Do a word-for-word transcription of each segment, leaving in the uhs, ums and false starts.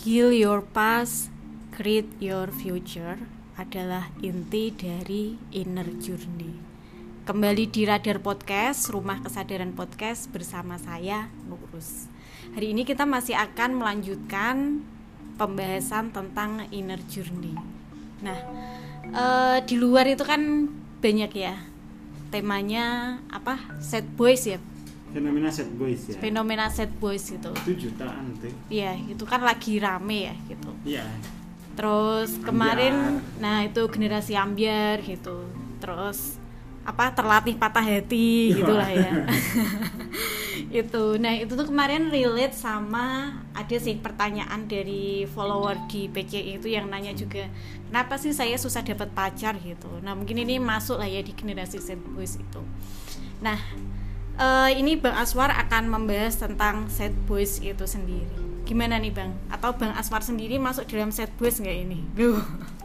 Heal your past, create your future adalah inti dari Inner Journey. Kembali di Radar Podcast, Rumah Kesadaran Podcast bersama saya, Nurus. Hari ini kita masih akan melanjutkan pembahasan tentang Inner Journey. Nah, eh, di luar itu kan banyak ya temanya apa? Sad boys ya. Fenomena sad boys ya. Fenomena sad boys itu. Itu jutaan tuh. Iya, itu kan lagi rame ya gitu. Iya. Terus Ambyar. kemarin, nah itu generasi ambyar gitu. Terus apa terlatih patah hati gitulah ya. Itu. Nah, itu tuh kemarin relate sama ada sih pertanyaan dari follower di P C I itu yang nanya juga, kenapa sih saya susah dapat pacar gitu. Nah, mungkin ini masuk lah ya di generasi sad boys itu. Nah, uh, ini Bang Aswar akan membahas tentang sad boys itu sendiri. Gimana nih Bang? Atau Bang Aswar sendiri masuk dalam sad boys nggak ini? Duh.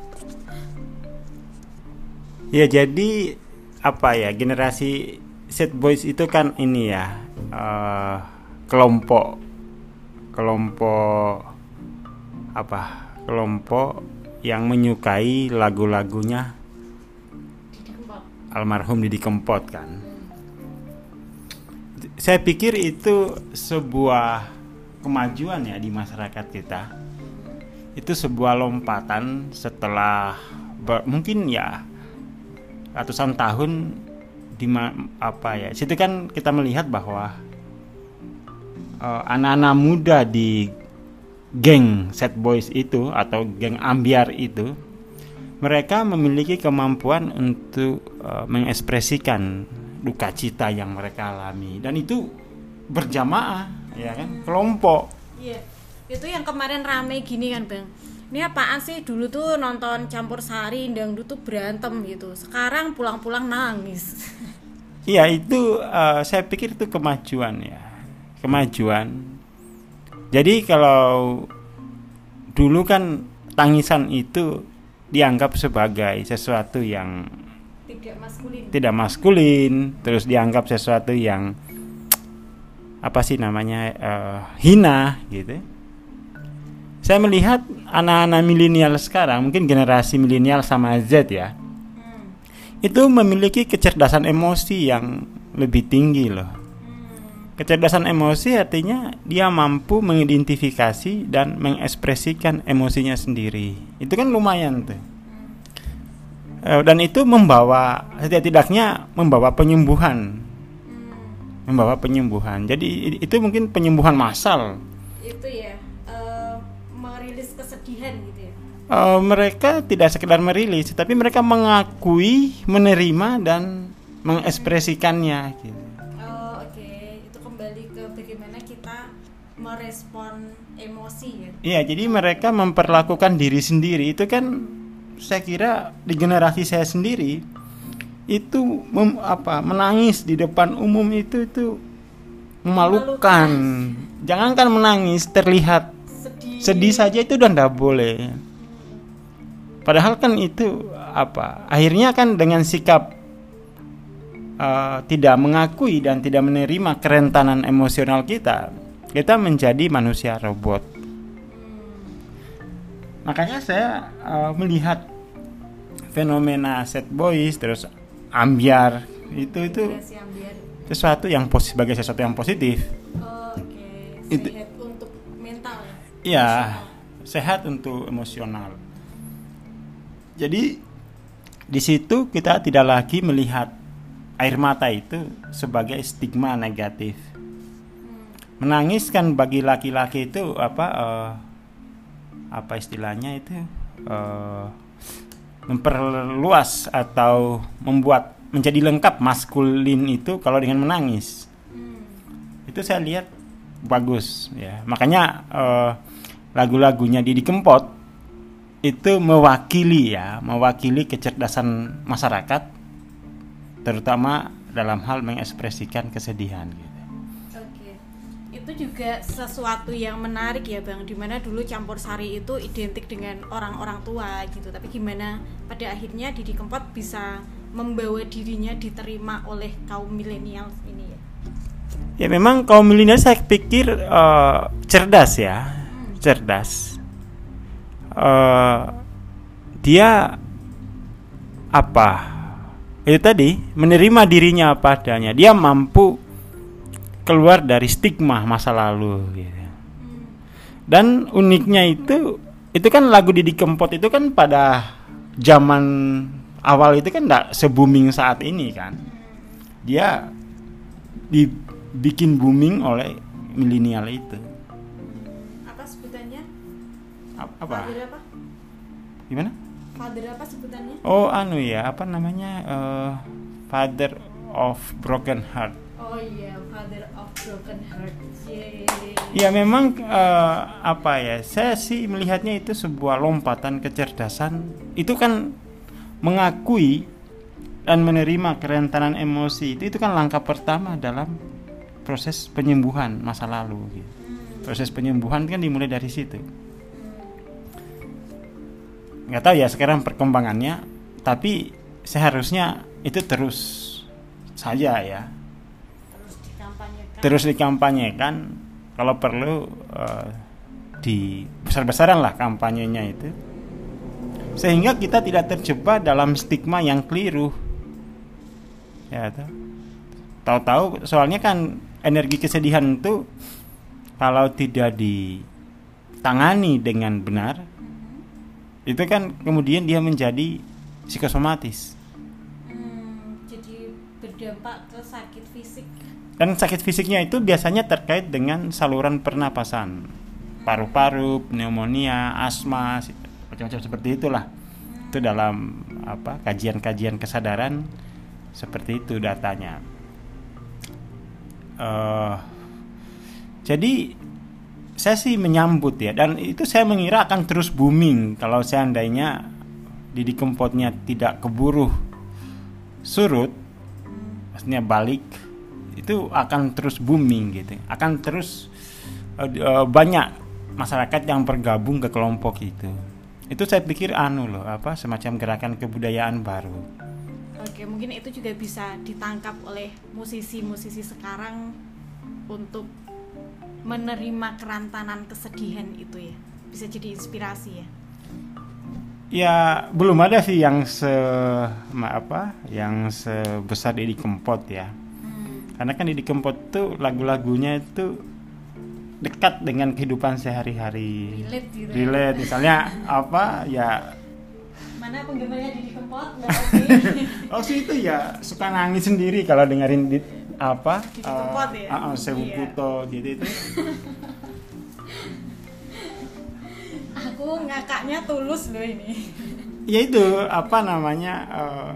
Ya, jadi apa ya, generasi sad boys itu kan ini ya, uh, kelompok kelompok apa kelompok yang menyukai lagu-lagunya almarhum Didi Kempot kan. Saya pikir itu sebuah kemajuan ya di masyarakat kita. Itu sebuah lompatan setelah ber, mungkin ya ratusan tahun di apa ya. Situ kan kita melihat bahwa uh, anak-anak muda di geng sad boys itu atau geng ambyar itu, mereka memiliki kemampuan untuk uh, mengekspresikan duka cita yang mereka alami, dan itu berjamaah ya kan, kelompok. Iya. Itu yang kemarin rame gini kan Bang. Ini apaan sih, dulu tuh nonton Campur Sari dangdut tuh berantem gitu. Sekarang pulang-pulang nangis. Iya, itu uh, saya pikir itu kemajuan ya. Kemajuan. Jadi kalau dulu kan tangisan itu dianggap sebagai sesuatu yang tidak maskulin. Tidak maskulin, terus dianggap sesuatu yang apa sih namanya uh, hina gitu. Saya melihat anak-anak milenial sekarang, mungkin generasi milenial sama Z ya, hmm. itu memiliki kecerdasan emosi yang lebih tinggi loh. Hmm. Kecerdasan emosi artinya dia mampu mengidentifikasi dan mengekspresikan emosinya sendiri. Itu kan lumayan tuh. Hmm. Dan itu membawa, setidak-tidaknya membawa penyembuhan. Hmm. Membawa penyembuhan. Jadi itu mungkin penyembuhan massal. Itu ya. Merilis kesedihan gitu ya. Uh, mereka tidak sekedar merilis, tapi mereka mengakui, menerima dan mengekspresikannya gitu. Oh, oke. Okay. Itu kembali ke bagaimana kita merespon emosi ya. Iya, jadi mereka memperlakukan diri sendiri. Itu kan saya kira di generasi saya sendiri itu mem, apa menangis di depan umum itu itu memalukan. Jangankan menangis, terlihat sedih saja itu udah nggak boleh. Padahal kan itu apa? Akhirnya kan dengan sikap uh, tidak mengakui dan tidak menerima kerentanan emosional kita, kita menjadi manusia robot. Makanya saya uh, melihat fenomena sad boys terus ambyar itu itu sesuatu yang positif, sebagai sesuatu yang positif. Oh, oke. Okay. Itu untuk mental ya. Iya, sehat untuk emosional. Jadi di situ kita tidak lagi melihat air mata itu sebagai stigma negatif. Menangis kan bagi laki-laki itu apa uh, apa istilahnya itu uh, memperluas atau membuat menjadi lengkap maskulin itu kalau dengan menangis. Itu saya lihat bagus ya. Makanya uh, lagu-lagunya Didi Kempot itu mewakili ya, mewakili kecerdasan masyarakat, terutama dalam hal mengekspresikan kesedihan gitu. Oke. Itu juga sesuatu yang menarik ya Bang, dimana dulu Campur Sari itu identik dengan orang-orang tua gitu, tapi gimana pada akhirnya Didi Kempot bisa membawa dirinya diterima oleh kaum milenial ini ya. Ya memang kaum milenial saya pikir uh, cerdas ya, cerdas. uh, dia apa? Itu tadi menerima dirinya apa adanya. Dia mampu keluar dari stigma masa lalu gitu. Dan uniknya itu itu kan lagu Didi Kempot itu kan pada zaman awal itu kan enggak se-booming saat ini kan. Dia dibikin booming oleh milenial itu. Apa sebutannya? Apa? Father apa? Gimana? Father apa sebutannya? Oh, anu ya, apa namanya? Uh, Father of Broken Heart. Oh iya, Father of Broken Heart. Yeay. Ya memang uh, apa ya? Saya sih melihatnya itu sebuah lompatan kecerdasan. Itu kan mengakui dan menerima kerentanan emosi. Itu itu kan langkah pertama dalam proses penyembuhan masa lalu gitu. Proses penyembuhan kan dimulai dari situ. Nggak tahu ya sekarang perkembangannya, tapi seharusnya itu terus saja ya. Terus dikampanyekan. Terus dikampanyekan, kalau perlu uh, di besar-besaran lah kampanyenya itu, sehingga kita tidak terjebak dalam stigma yang keliru. Ya, tahu-tahu soalnya kan energi kesedihan itu kalau tidak ditangani dengan benar, itu kan kemudian dia menjadi psikosomatis. Hmm, jadi berdampak ke sakit fisik. Dan sakit fisiknya itu biasanya terkait dengan saluran pernapasan, paru-paru, pneumonia, asma, macam-macam seperti itulah. Itu dalam apa kajian-kajian kesadaran seperti itu datanya. Uh, jadi saya sih menyambut ya, dan itu saya mengira akan terus booming kalau seandainya Didi Kempotnya tidak keburu surut, maksudnya balik, itu akan terus booming gitu, akan terus uh, uh, banyak masyarakat yang bergabung ke kelompok itu. Itu saya pikir anu loh, apa semacam gerakan kebudayaan baru. Oke, mungkin itu juga bisa ditangkap oleh musisi-musisi sekarang untuk menerima kerentanan kesedihan itu ya, bisa jadi inspirasi ya. Ya belum ada sih yang se apa yang sebesar Didi Kempot ya. Hmm. Karena kan Didi Kempot tuh lagu-lagunya itu dekat dengan kehidupan sehari-hari. Relate gitu. Relate, misalnya apa ya? Mana penggemarnya Didi Kempot? Oh sih itu ya suka nangis sendiri kalau dengerin di, apa? Didi Kempot uh, ya. Uh, uh, Sewu iya. Puto gitu itu. Aku ngakaknya tulus loh ini. Ya itu apa namanya? Uh,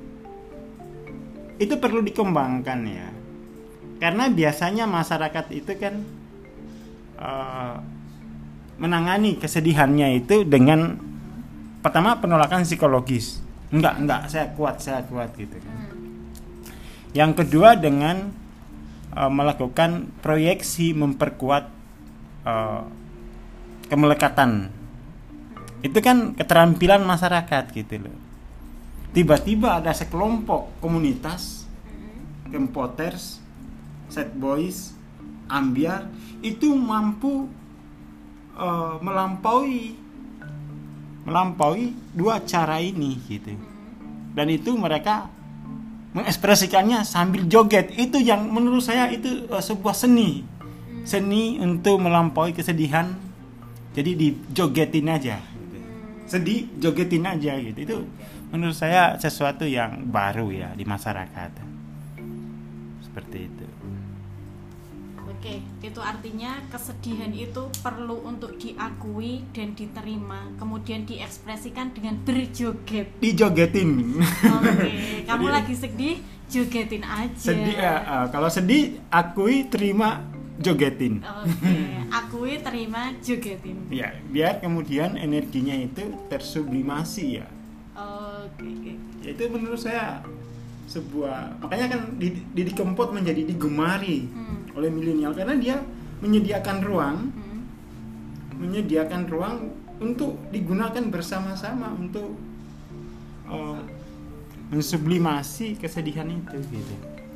itu perlu dikembangkan ya. Karena biasanya masyarakat itu kan uh, menangani kesedihannya itu dengan pertama penolakan psikologis. Enggak, enggak, saya kuat, saya kuat gitu kan. Hmm. Yang kedua dengan uh, melakukan proyeksi memperkuat uh, kemelekatan. Itu kan keterampilan masyarakat gitu loh. Tiba-tiba ada sekelompok komunitas Kempoters, Sad Boys, Ambiar itu mampu uh, melampaui melampaui dua cara ini gitu. Dan itu mereka mengekspresikannya sambil joget. Itu yang menurut saya itu uh, sebuah seni. Seni untuk melampaui kesedihan. Jadi dijogetin aja gitu. Sedih jogetin aja gitu. Itu menurut saya sesuatu yang baru ya di masyarakat. Seperti itu. Oke, itu artinya kesedihan itu perlu untuk diakui dan diterima, kemudian diekspresikan dengan berjoget. Dijogetin. Oke, kamu Jadi, lagi sedih, jogetin aja. Sedih, uh, uh, kalau sedih, akui, terima, jogetin. Oke, akui, terima, jogetin. Ya, biar kemudian energinya itu tersublimasi ya. Oke, oke. Ya itu menurut saya sebuah, makanya kan Didi Kempot menjadi digemari hmm. oleh milenial karena dia menyediakan ruang, hmm. menyediakan ruang untuk digunakan bersama-sama untuk uh, mensublimasi kesedihan itu gitu.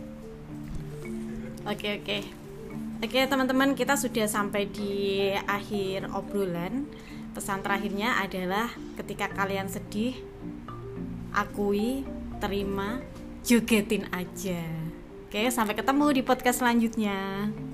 Oke oke oke teman-teman, kita sudah sampai di akhir obrolan. pesan terakhirnya adalah ketika kalian sedih, akui, terima, jogetin aja. Oke, sampai ketemu di podcast selanjutnya.